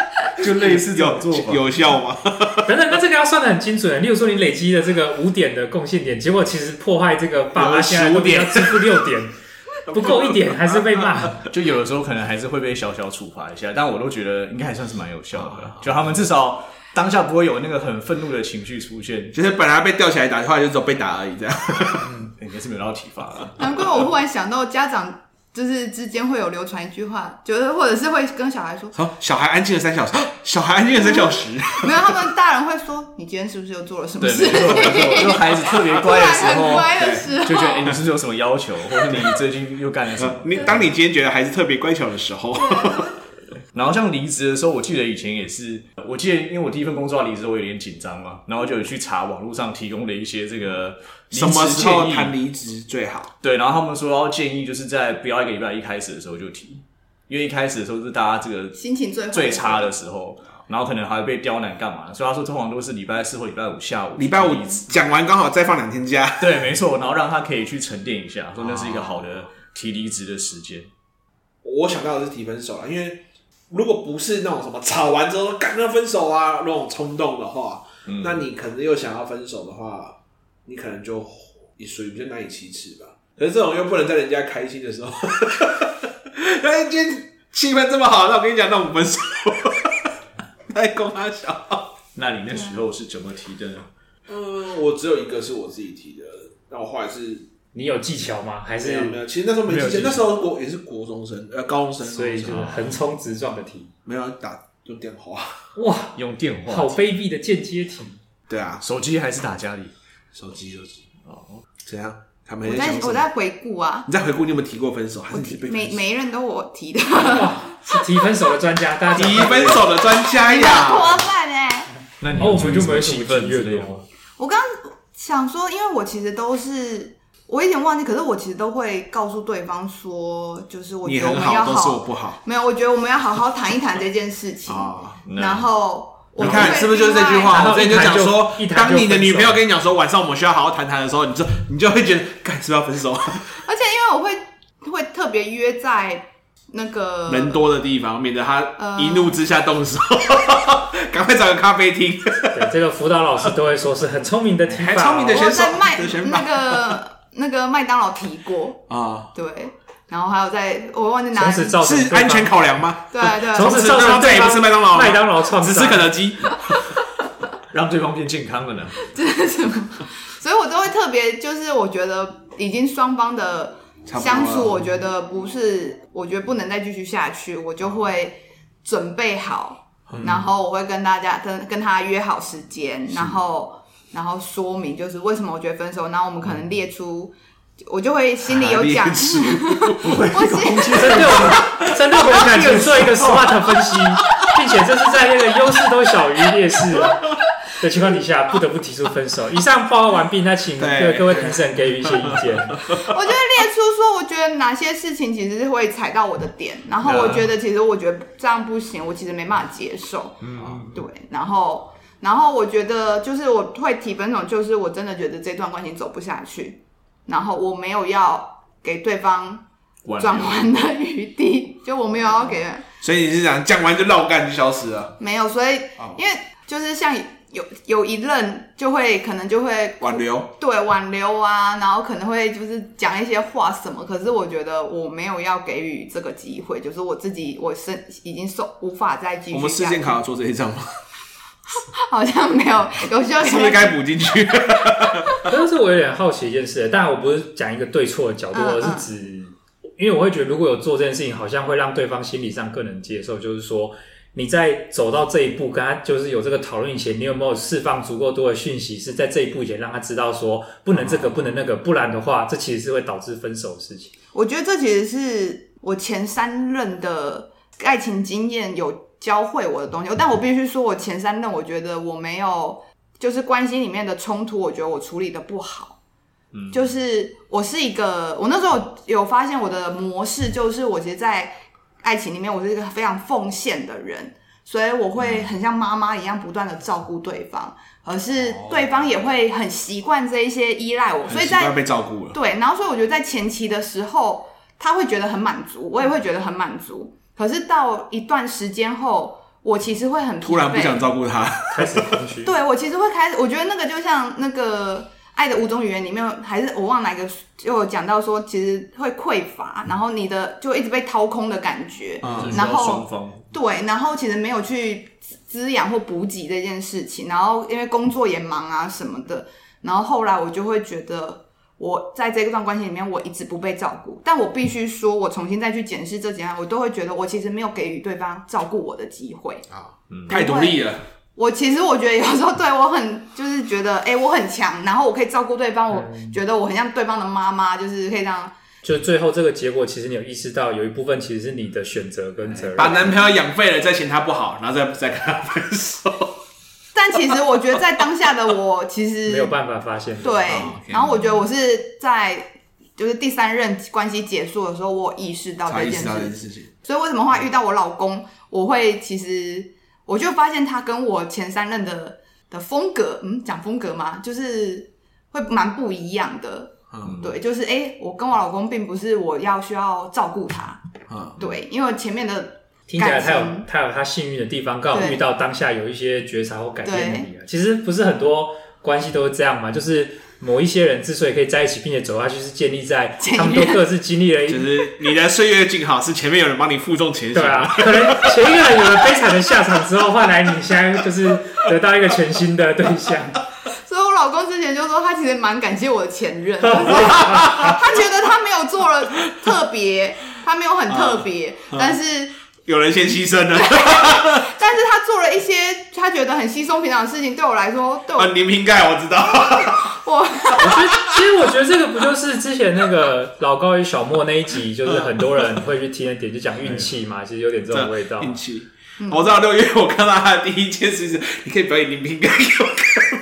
就类似这种做法有效吗？ 等等，那这个要算得很精准。例如说，你累积了这个5点的贡献点，结果其实破坏这个爸妈现在都要支付6点，不够1点还是被骂。 就有的时候可能还是会被小小处罚一下，但我都觉得应该还算是蛮有效的。就他们至少当下不会有那个很愤怒的情绪出现， 就是本来被吊起来打，后来就只有被打而已，这样。 应该是没有到体罚了。 难怪我忽然想到，家长就是之间会有流传一句话，就是或者是会跟小孩说：“ 好，小孩安静了3小时，小孩安静了3小时。” 没有，他们大人会说：“你今天是不是又做了什么事？” 对，就孩子特别乖的时候， 很乖的时候， 就觉得你是不是有什么要求，或者你最近又干了什么？ 当你今天觉得孩子特别乖巧的时候。 然后像离职的时候，我记得以前也是，我记得因为我第一份工作要离职，我有点紧张嘛，然后就有去查网络上提供的一些这个离职什么时候建议谈离职最好？ 对，然后他们说要建议就是在不要1个礼拜一开始的时候就提，因为一开始的时候是大家这个心情最差的时候，然后可能还会被刁难干嘛，所以他说通常都是礼拜4或礼拜5下午， 礼拜5讲完刚好再放2天假。 对，没错，然后让他可以去沉淀一下，说那是一个好的提离职的时间。 我想到的是提分手啦，因为如果不是那种什么吵完之后赶快分手啊那种冲动的话，那你可能又想要分手的话，你可能就也属于比较难以启齿吧。可是这种又不能在人家开心的时候，那今天气氛这么好，那我跟你讲，那我们分手，太公他小。 那你那时候是怎么提的呢？ 我只有一个是我自己提的，那我后来是。 你有技巧吗？还是没有？其实那时候没技巧，那时候也是国中生，高中生， 所以就是横冲直撞的题， 没有用电话。 哇， 用电话， 好卑鄙的间接题。 对啊， 手机还是打家里？ 手机。哦，怎样？他们我在回顾啊。 你在回顾，你有没有提过分手？还是每一任都我提的。 是提分手的专家，大家提分手的专家呀。 脱饭哎。 那你我们就没有气氛之类的。 我刚刚想说，因为我其实都是。我有点忘记，可是我其实都会告诉对方说，就是我觉得我们要都是我不好。 没有，我觉得我们要好好谈一谈这件事情。然后你看是不是就是这句话？我之前就讲说，当你的女朋友跟你讲说晚上我们需要好好谈谈的时候，你就会觉得，干是不是要分手？ 而且因为我会特别约在那个人多的地方，免得他一怒之下动手，赶快找个咖啡厅。 对，这个辅导老师都会说是很聪明的提法， 还聪明的选手。 那个麦当劳提过啊，对，然后还有我忘记哪里， 是安全考量吗？ 对， 从此造成对方不是麦当劳， 麦当劳创只是肯德基， 让对方变健康了呢。 所以我都会特别，就是我觉得已经双方的相处，我觉得我觉得不能再继续下去，我就会准备好，然后我会跟大家跟他约好时间，然后说明就是为什么我觉得分手，然后我们可能列出，我就会心里有讲， 针对我们感情做一个 SWOT 分析，并且这是在那个优势都小于劣势的情况底下，不得不提出分手。以上报告完毕，那请各位评审给予一些意见。 我就会列出说，我觉得哪些事情其实是会踩到我的点，然后我觉得这样不行，我其实没办法接受。对，然后我觉得就是我会提分手，就是我真的觉得这段关系走不下去，然后我没有要给对方转换的余地，就我没有要给。 所以你是讲完就绕干就消失了？ 没有，所以因为就是像有一任可能就会挽留， 对，挽留啊，然后可能会就是讲一些话什么，可是我觉得我没有要给予这个机会，就是我自己已经无法再继续下去。 我们事件卡要做这一张吗？ 好像没有，有时候是不是该补进去？ 但是我有点好奇一件事，当然我不是讲一个对错的角度，而是指，因为我会觉得如果有做这件事情，好像会让对方心理上更能接受，就是说你在走到这一步，跟他就是有这个讨论以前，你有没有释放足够多的讯息，是在这一步以前让他知道说不能这个不能那个，不然的话，这其实是会导致分手的事情。 我觉得这其实是我前3任的爱情经验有教会我的东西，但我必须说，我前3任我觉得我没有，就是关系里面的冲突，我觉得我处理的不好。就是我那时候有发现我的模式，就是我其实在爱情里面我是一个非常奉献的人，所以我会很像妈妈一样不断的照顾对方，而是对方也会很习惯这一些依赖我，所以在被照顾了。 对，然后所以我觉得在前期的时候他会觉得很满足，我也会觉得很满足，可是到一段时间后， 我其实会很疲惫， 突然不想照顾他， 开始空虚。 对，我其实会开始，我觉得那个就像那个《爱的五种语言》里面，还是我忘了哪个，就有讲到说，其实会匮乏，然后你的就一直被掏空的感觉，然后双方对，然后其实没有去滋养或补给这件事情，然后因为工作也忙啊什么的，然后后来我就会觉得我在这段关系里面我一直不被照顾，但我必须说，我重新再去检视这几案，我都会觉得我其实没有给予对方照顾我的机会啊，太独立了。 我其实我觉得有时候对我很就是觉得我很强，然后我可以照顾对方，我觉得我很像对方的妈妈，就是可以这样。 就最后这个结果，其实你有意识到有一部分其实是你的选择跟责任。 把男朋友养废了，再嫌他不好，然后再跟他分手。 但其实我觉得在当下的我其实没有办法发现。 对，然后我觉得我是在就是第3任关系结束的时候，我有意识到这件事情。所以为什么会遇到我老公，我会其实我就发现他跟我前3任的风格，讲风格嘛，就是会蛮不一样的。对，就是我跟我老公并不是我需要照顾他，对，因为前面的听起来他有他幸运的地方，刚好遇到当下有一些觉察或改变的你。其实不是很多关系都是这样嘛，就是某一些人之所以可以在一起并且走下去，是建立在他们都各自经历了就是你的岁月静好，是前面有人帮你负重前行。 对啊，可能前一个人有了悲惨的下场之后，换来你现在就是得到一个全新的对象。 所以我老公之前就说，他其实蛮感谢我的前任，他觉得他没有做了特别，他没有很特别，但是有人先牺牲了， 但是他做了一些他觉得很稀松平常的事情，对我来说， 拧瓶盖我知道。 其实我觉得这个不就是之前那个老高与小莫那一集，就是很多人会去听的点，就讲运气嘛，其实有点这种味道。 运气，我知道6月我看到他的第一件事是，你可以表演拧瓶盖给我看吗？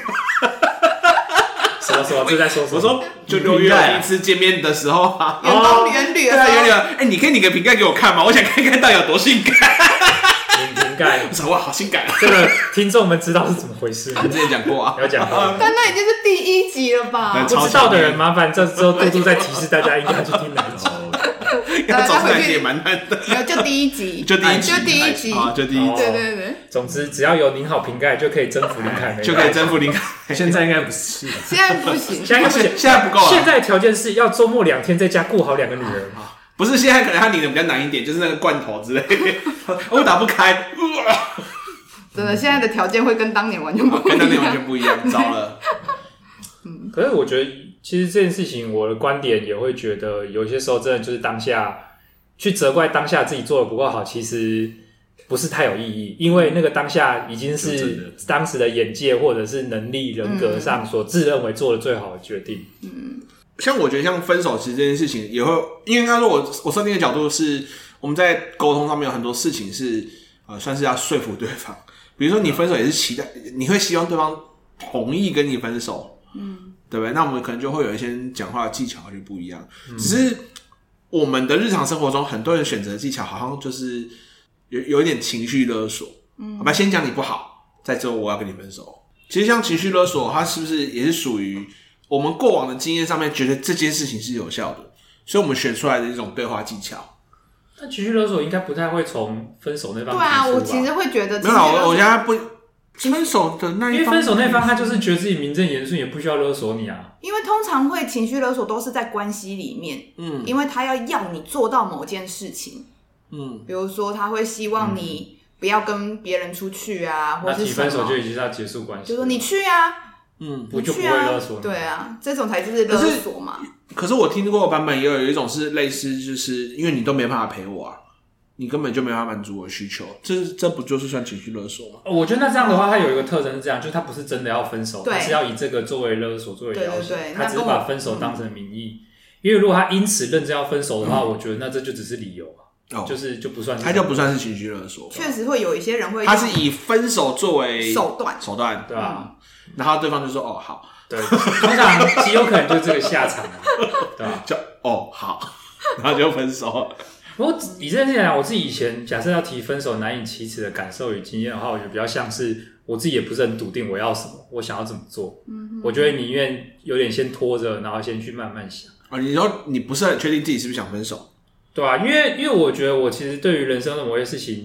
什么？这在说什么？ 我说就6月第一次见面的时候啊， 原旅的时候， 你可以拧个瓶盖给我看吗？我想看看到底有多性感。 拧瓶盖， 哇，好性感啊！ 这个听众们知道是怎么回事吗？ 你之前讲过啊， 有讲过。 但那已经是第1集了吧？ 不知道的人，麻烦这之后多多再提示大家，应该去听哪一集。 要找出来也蛮难的。 没有，就第1集， 就第一集， 对。 总之，只要有拧好瓶盖，就可以征服林凯梅， 就可以征服林凯。 现在应该不是， 现在不行， 现在不够。 现在条件是要周末2天在家顾好2个女人。 不是，现在可能他拧的比较难一点，就是那个罐头之类的，我打不开。 真的，现在的条件会跟当年完全不一样， 跟当年完全不一样，糟了。 可是我觉得，其实这件事情，我的观点也会觉得，有些时候真的就是当下去责怪当下自己做的不够好，其实不是太有意义，因为那个当下已经是当时的眼界或者是能力、人格上所自认为做的最好的决定。 像我觉得，像分手其实这件事情也会，因为刚刚说我设定的角度是，我们在沟通上面有很多事情是算是要说服对方。比如说你分手也是期待，你会希望对方同意跟你分手，对不对？那我们可能就会有一些讲话的技巧就不一样。只是我们的日常生活中，很多人选择的技巧好像就是有一点情绪勒索。好吧，先讲你不好，再之后我要跟你分手。其实像情绪勒索，它是不是也是属于我们过往的经验上面觉得这件事情是有效的，所以我们选出来的一种对话技巧？ 但情绪勒索应该不太会从分手那方提出吧？ 对啊，我其实会觉得没有，我现在不分手的那一方， 因为分手那方他就是觉得自己名正言顺，也不需要勒索你啊。 因为通常会情绪勒索都是在关系里面，因为他要你做到某件事情，比如说他会希望你不要跟别人出去啊，或是什么， 那提分手就已经是要结束关系， 就说你去啊。 我就不会勒索你。 对啊，这种才就是勒索嘛。 可是我听过的版本也有一种是类似，就是因为你都没办法陪我啊，你根本就没办法满足我的需求，这不就是算情绪勒索吗？ 我觉得那这样的话，它有一个特征是这样，就是他不是真的要分手，他是要以这个作为勒索，作为要挟，他只是把分手当成名义。因为如果他因此认真要分手的话，我觉得那这就只是理由啊，就不算是， 他就不算是情绪勒索。 确实会有一些人会， 他是以分手作为手段， 对吧？ 然后对方就说哦好， 对，通常极有可能就是这个下场啊，对吧？ 就哦好，然后就分手了。 不过以这件事情来讲，我自己以前假设要提分手难以启齿的感受与经验的话，我觉得比较像是我自己也不是很笃定我要什么，我想要怎么做。我觉得宁愿有点先拖着，然后先去慢慢想。 你说你不是很确定自己是不是想分手？ 对啊，因为我觉得我其实对于人生的某些事情，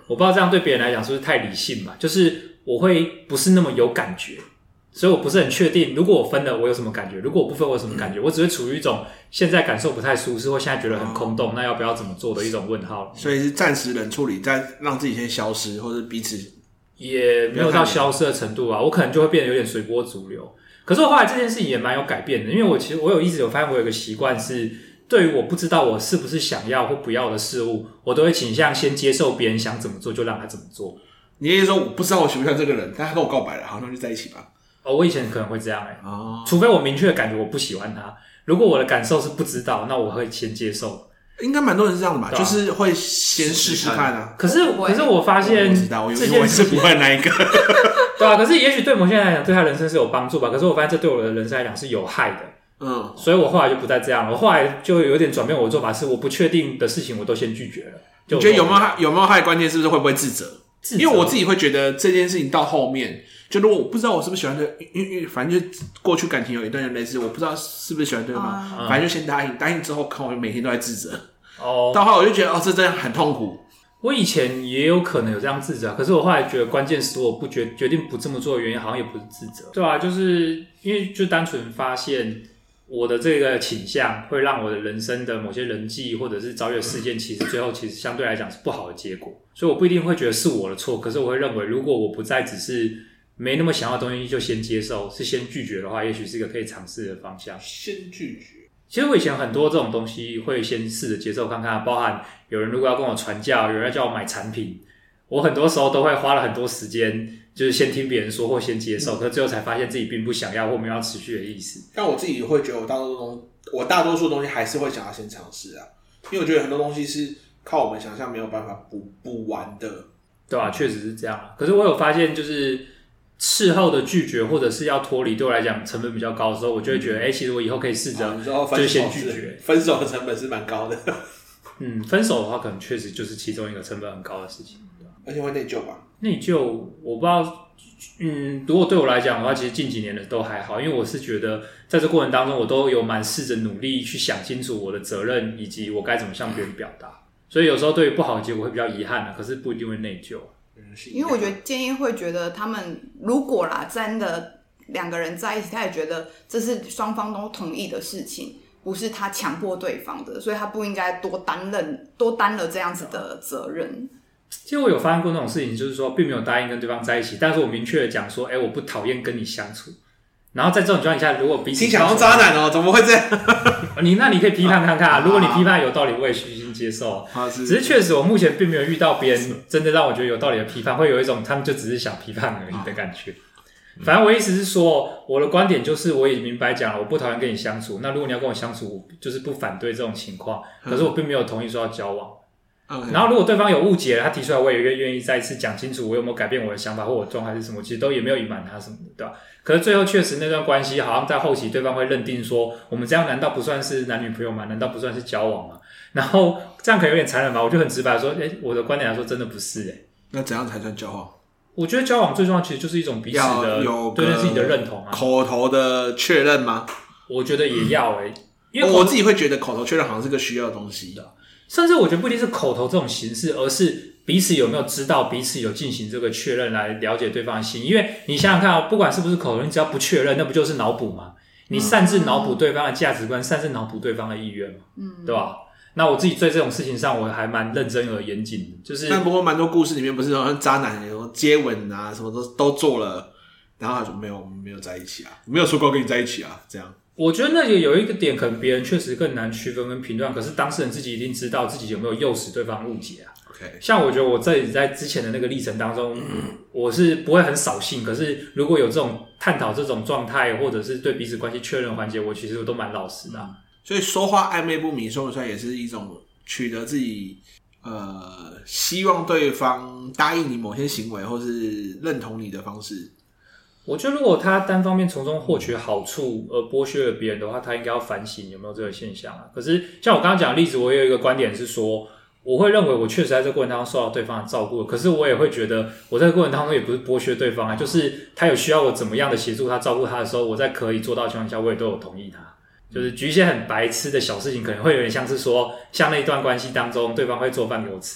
我不知道这样对别人来讲是不是太理性吧，就是我会不是那么有感觉，所以我不是很确定如果我分了我有什么感觉，如果我不分我有什么感觉，我只会处于一种现在感受不太舒适或现在觉得很空洞，那要不要怎么做的一种问号。 所以是暂时冷处理，再让自己先消失，或者彼此也没有到消失的程度啊，我可能就会变得有点随波逐流。可是我后来这件事情也蛮有改变的，因为我一直有发现我有个习惯是，对于我不知道我是不是想要或不要的事物，我都会倾向先接受别人想怎么做就让他怎么做。 你也说我不知道我喜不喜欢这个人，但他跟我告白了，好，那就在一起吧。 我以前可能会这样除非我明确的感觉我不喜欢他。如果我的感受是不知道，那我会先接受。 应该蛮多人是这样的吧，就是会先试试看啊。 可是我发现我知道，我是不会那一个。 对啊，可是也许对某些人来讲，对他人生是有帮助吧。可是我发现这对我的人生来讲是有害的。所以我后来就不再这样了。我后来就有点转变我的做法，是我不确定的事情我都先拒绝了。 你觉得有没有害？关键是不是会不会自责？因为我自己会觉得这件事情到后面，就如果我不知道我是不是喜欢对，因为反正就过去感情有一段类似，我不知道是不是喜欢对方，反正就先答应之后，看我每天都在自责。到后来我就觉得这真的很痛苦。 我以前也有可能有这样自责，可是我后来觉得关键是我决定不这么做的原因，好像也不是自责，对啊，就是因为就单纯发现我的这个倾向会让我的人生的某些人际或者是遭遇的事件，其实最后其实相对来讲是不好的结果，所以我不一定会觉得是我的错，可是我会认为如果我不再只是没那么想要的东西就先接受，是先拒绝的话，也许是一个可以尝试的方向。 先拒绝。 其实我以前很多这种东西会先试着接受看看，包含有人如果要跟我传教，有人要叫我买产品，我很多时候都会花了很多时间，就是先听别人说或先接受，可是最后才发现自己并不想要或没有要持续的意思。 但我自己会觉得我大多数东西还是会想要先尝试啊，因为我觉得很多东西是靠我们想象没有办法补完的。 对啊，确实是这样。可是我有发现就是事后的拒绝或者是要脱离对我来讲成本比较高的时候，我就会觉得其实我以后可以试着就是先拒绝。 分手的成本是蛮高的。 分手的话可能确实就是其中一个成本很高的事情。 而且会内疚吧？ 内疚我不知道，如果对我来讲的话，其实近几年的都还好，因为我是觉得在这过程当中我都有蛮试着努力去想清楚我的责任以及我该怎么向别人表达，所以有时候对于不好的结果会比较遗憾的，可是不一定会内疚。 因为我觉得建议会觉得他们如果真的两个人在一起，他也觉得这是双方都同意的事情，不是他强迫对方的，所以他不应该多担了这样子的责任。 其实我有发生过那种事情，就是说并没有答应跟对方在一起，但是我明确的讲说我不讨厌跟你相处，然后在这种情况下如果彼此听起来像渣男怎么会这样？ 那你可以批判看看如果你批判有道理我也虚心接受只是确实我目前并没有遇到别人真的让我觉得有道理的批判，会有一种他们就只是想批判而已的感觉。反正我意思是说，我的观点就是我也明白讲了，我不讨厌跟你相处，那如果你要跟我相处，我就是不反对这种情况，可是我并没有同意说要交往。然后如果对方有误解了，他提出来我也愿意再一次讲清楚我有没有改变我的想法或我的状态是什么，其实都也没有隐瞒他什么的，对吧？可是最后确实那段关系好像在后期对方会认定说，我们这样难道不算是男女朋友吗？难道不算是交往吗？然后这样可能有点残忍吧，我就很直白说我的观点来说真的不是那怎样才算交往？ 我觉得交往最重要其实就是一种彼此的对自己的认同口头的确认吗？ 我觉得也要因为我自己会觉得口头确认好像是个需要的东西的， 甚至我觉得不一定是口头这种形式，而是彼此有没有知道彼此有进行这个确认来了解对方的心。因为你想想看不管是不是口头，你只要不确认，那不就是脑补吗？你擅自脑补对方的价值观，擅自脑补对方的意愿嘛，对吧？那我自己在这种事情上我还蛮认真而严谨的，就是但不过蛮多故事里面不是像渣男有接吻啊什么都做了，然后他说没有在一起啊，没有说过跟你在一起啊，这样。 我觉得那有一个点可能别人确实更难区分跟评断，可是当事人自己一定知道自己有没有诱使对方误解啊。 Okay. 像我觉得我在之前的那个历程当中，我是不会很扫兴，可是如果有这种探讨这种状态或者是对彼此关系确认的环节，我其实都蛮老实的所以说话暧昧不明说出来也是一种取得自己希望对方答应你某些行为或是认同你的方式。 我觉得如果他单方面从中获取好处而剥削了别人的话，他应该要反省有没有这个现象可是像我刚刚讲的例子，我也有一个观点是说，我会认为我确实在这个过程当中受到对方的照顾，可是我也会觉得我在这个过程当中也不是剥削对方就是他有需要我怎么样的协助他照顾他的时候，我在可以做到的情况下我也都有同意他。就是举一些很白痴的小事情，可能会有点像是说，像那一段关系当中对方会做饭给我吃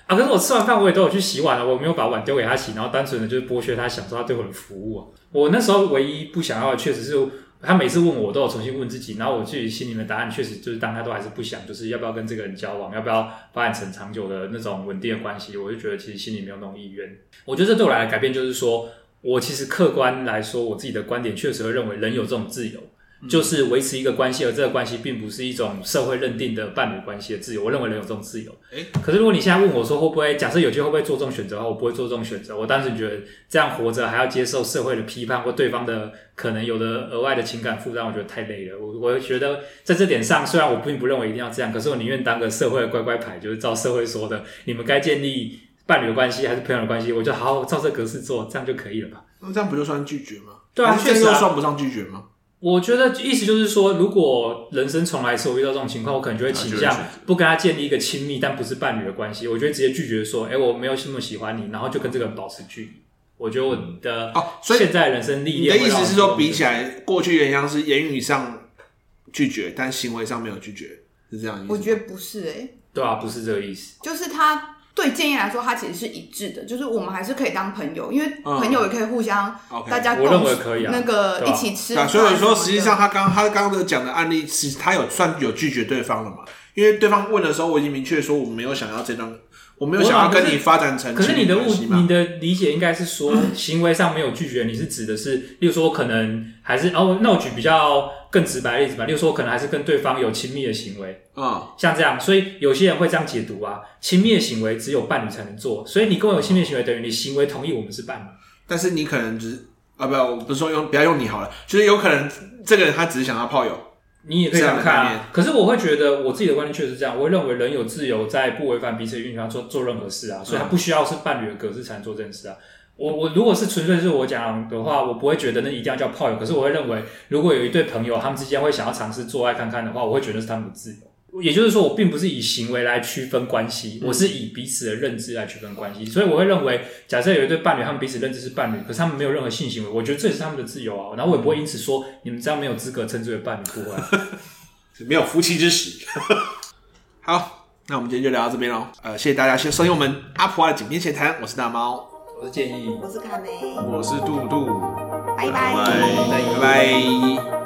可是我吃完饭我也都有去洗碗了，我没有把碗丢给他洗，然后单纯的就是剥削他享受他对我的服务啊。我那时候唯一不想要的确实是他每次问我都有重新问自己，然后我自己心里面的答案确实就是当他都还是不想，就是要不要跟这个人交往，要不要发展成长久的那种稳定的关系，我就觉得其实心里没有那种意愿。我觉得这对我来的改变就是说，我其实客观来说，我自己的观点确实会认为人有这种自由。就是维持一个关系，而这个关系并不是一种社会认定的伴侣关系的自由。我认为人有这种自由。可是如果你现在问我说会不会，假设有机会会不会做这种选择的话，我不会做这种选择。我单纯觉得这样活着还要接受社会的批判或对方的可能有的额外的情感负担，我觉得太累了。我觉得在这点上，虽然我并不认为一定要这样，可是我宁愿当个社会的乖乖牌，就是照社会说的，你们该建立伴侣的关系还是朋友的关系，我就好好照这格式做，这样就可以了吧？ 那这样不就算拒绝吗？ 对啊， 确实又算不上拒绝吗？ 我觉得意思就是说，如果人生重来一次，我遇到这种情况，我可能就会倾向不跟他建立一个亲密但不是伴侣的关系，我就会直接拒绝说，我没有那么喜欢你，然后就跟这个人保持距离。我觉得我的现在人生历练， 你的意思是说，比起来过去原像是言语上拒绝，但行为上没有拒绝，是这样意思吗？ 我觉得不是对啊，不是这个意思， 就是他。对建议来说，它其实是一致的，就是我们还是可以当朋友，因为朋友也可以互相，大家共那个一起吃饭。 所以说，实际上他刚刚讲的案例，其实他有算有拒绝对方了嘛？因为对方问的时候，我已经明确说我没有想要这段，我没有想要跟你发展成。 可是你的理解应该是说，行为上没有拒绝，你是指的是，例如说可能还是那我举比较更直白的例子吧，例如说可能还是跟对方有亲密的行为，像这样，所以有些人会这样解读啊，亲密的行为只有伴侣才能做，所以你跟我有亲密的行为，等于你行为同意我们是伴侣， 但是你可能只是我不是说不要用你好了，就是有可能这个人他只是想要炮友。 你也可以这样看啊，可是我会觉得我自己的观念确实是这样，我会认为人有自由在不违反彼此的允许下做任何事啊，所以他不需要是伴侣的格式才能做这件事啊。我如果是纯粹是我讲的话，我不会觉得那一定要叫炮友，可是我会认为如果有一对朋友他们之间会想要尝试做爱看看的话，我会觉得是他们的自由。也就是说，我并不是以行为来区分关系，我是以彼此的认知来区分关系。所以我会认为，假设有一对伴侣，他们彼此认知是伴侣，可是他们没有任何性行为，我觉得这也是他们的自由啊。然后我也不会因此说你们这样没有资格称之为伴侣，不会、啊， 没有夫妻之实。好，那我们今天就聊到这边咯。谢谢大家先收听我们阿普的井边闲谈，我是大猫， 我是建议， 我是卡梅， 我是杜杜， 拜拜， 拜拜。